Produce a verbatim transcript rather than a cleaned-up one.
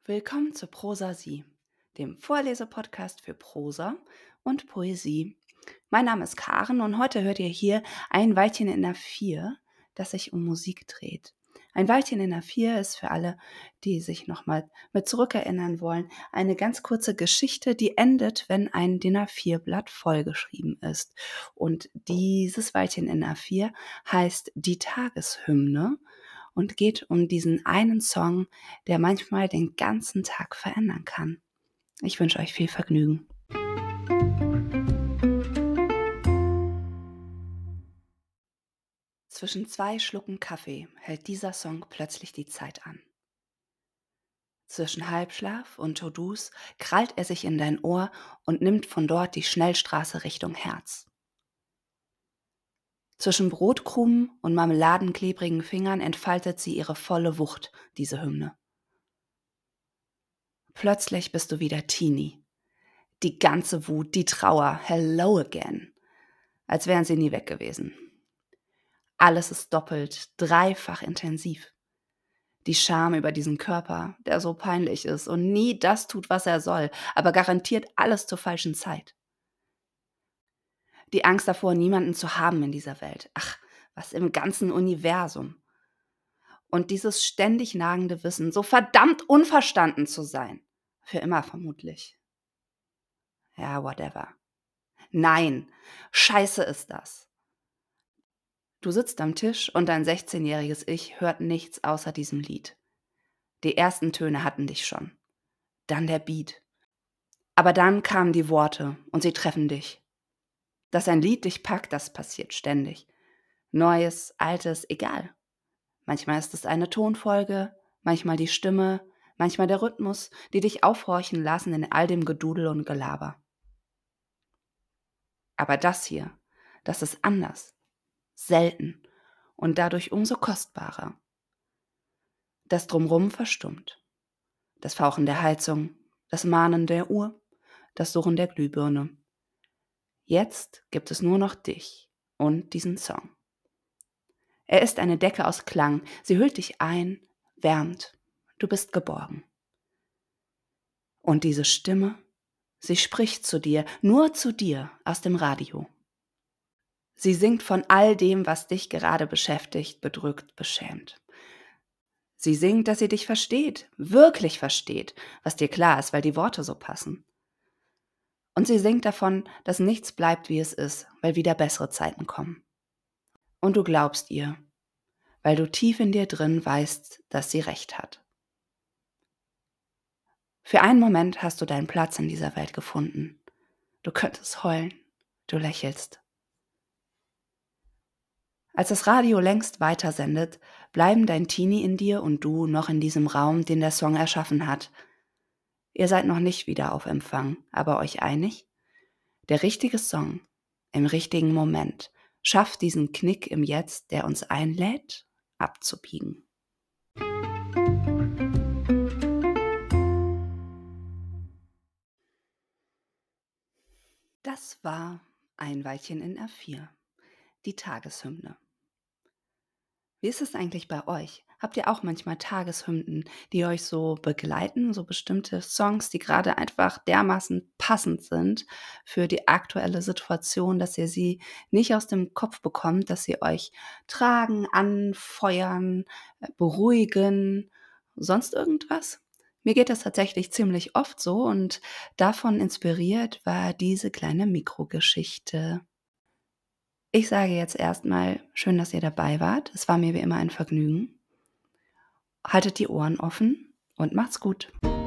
Willkommen zu Prosa Sie, dem Vorlesepodcast für Prosa und Poesie. Mein Name ist Karen und heute hört ihr hier ein Weilchen in der Vier, das sich um Musik dreht. Ein Weilchen in der Vier ist für alle, die sich nochmal mit zurückerinnern wollen, eine ganz kurze Geschichte, die endet, wenn ein D I N A vier Blatt vollgeschrieben ist. Und dieses Weilchen in der Vier heißt die Tageshymne und geht um diesen einen Song, der manchmal den ganzen Tag verändern kann. Ich wünsche euch viel Vergnügen. Zwischen zwei Schlucken Kaffee hält dieser Song plötzlich die Zeit an. Zwischen Halbschlaf und To-Dos krallt er sich in dein Ohr und nimmt von dort die Schnellstraße Richtung Herz. Zwischen Brotkrumen und marmeladenklebrigen Fingern entfaltet sie ihre volle Wucht, diese Hymne. Plötzlich bist du wieder Teenie. Die ganze Wut, die Trauer, hello again, als wären sie nie weg gewesen. Alles ist doppelt, dreifach intensiv. Die Scham über diesen Körper, der so peinlich ist und nie das tut, was er soll, aber garantiert alles zur falschen Zeit. Die Angst davor, niemanden zu haben in dieser Welt. Ach, was im ganzen Universum. Und dieses ständig nagende Wissen, so verdammt unverstanden zu sein. Für immer vermutlich. Ja, whatever. Nein, scheiße ist das. Du sitzt am Tisch und dein sechzehnjähriges Ich hört nichts außer diesem Lied. Die ersten Töne hatten dich schon. Dann der Beat. Aber dann kamen die Worte und sie treffen dich. Dass ein Lied dich packt, das passiert ständig. Neues, altes, egal. Manchmal ist es eine Tonfolge, manchmal die Stimme, manchmal der Rhythmus, die dich aufhorchen lassen in all dem Gedudel und Gelaber. Aber das hier, das ist anders, selten und dadurch umso kostbarer. Das Drumrum verstummt. Das Fauchen der Heizung, das Mahnen der Uhr, das Surren der Glühbirne. Jetzt gibt es nur noch dich und diesen Song. Er ist eine Decke aus Klang, sie hüllt dich ein, wärmt, du bist geborgen. Und diese Stimme, sie spricht zu dir, nur zu dir aus dem Radio. Sie singt von all dem, was dich gerade beschäftigt, bedrückt, beschämt. Sie singt, dass sie dich versteht, wirklich versteht, was dir klar ist, weil die Worte so passen. Und sie singt davon, dass nichts bleibt, wie es ist, weil wieder bessere Zeiten kommen. Und du glaubst ihr, weil du tief in dir drin weißt, dass sie recht hat. Für einen Moment hast du deinen Platz in dieser Welt gefunden. Du könntest heulen, du lächelst. Als das Radio längst weitersendet, bleiben dein Teenie in dir und du noch in diesem Raum, den der Song erschaffen hat. Ihr seid noch nicht wieder auf Empfang, aber euch einig? Der richtige Song, im richtigen Moment, schafft diesen Knick im Jetzt, der uns einlädt, abzubiegen. Das war ein Weilchen in R vier, die Tageshymne. Wie ist es eigentlich bei euch? Habt ihr auch manchmal Tageshymnen, die euch so begleiten, so bestimmte Songs, die gerade einfach dermaßen passend sind für die aktuelle Situation, dass ihr sie nicht aus dem Kopf bekommt, dass sie euch tragen, anfeuern, äh, beruhigen, sonst irgendwas? Mir geht das tatsächlich ziemlich oft so und davon inspiriert war diese kleine Mikrogeschichte. Ich sage jetzt erstmal, schön, dass ihr dabei wart. Es war mir wie immer ein Vergnügen. Haltet die Ohren offen und macht's gut.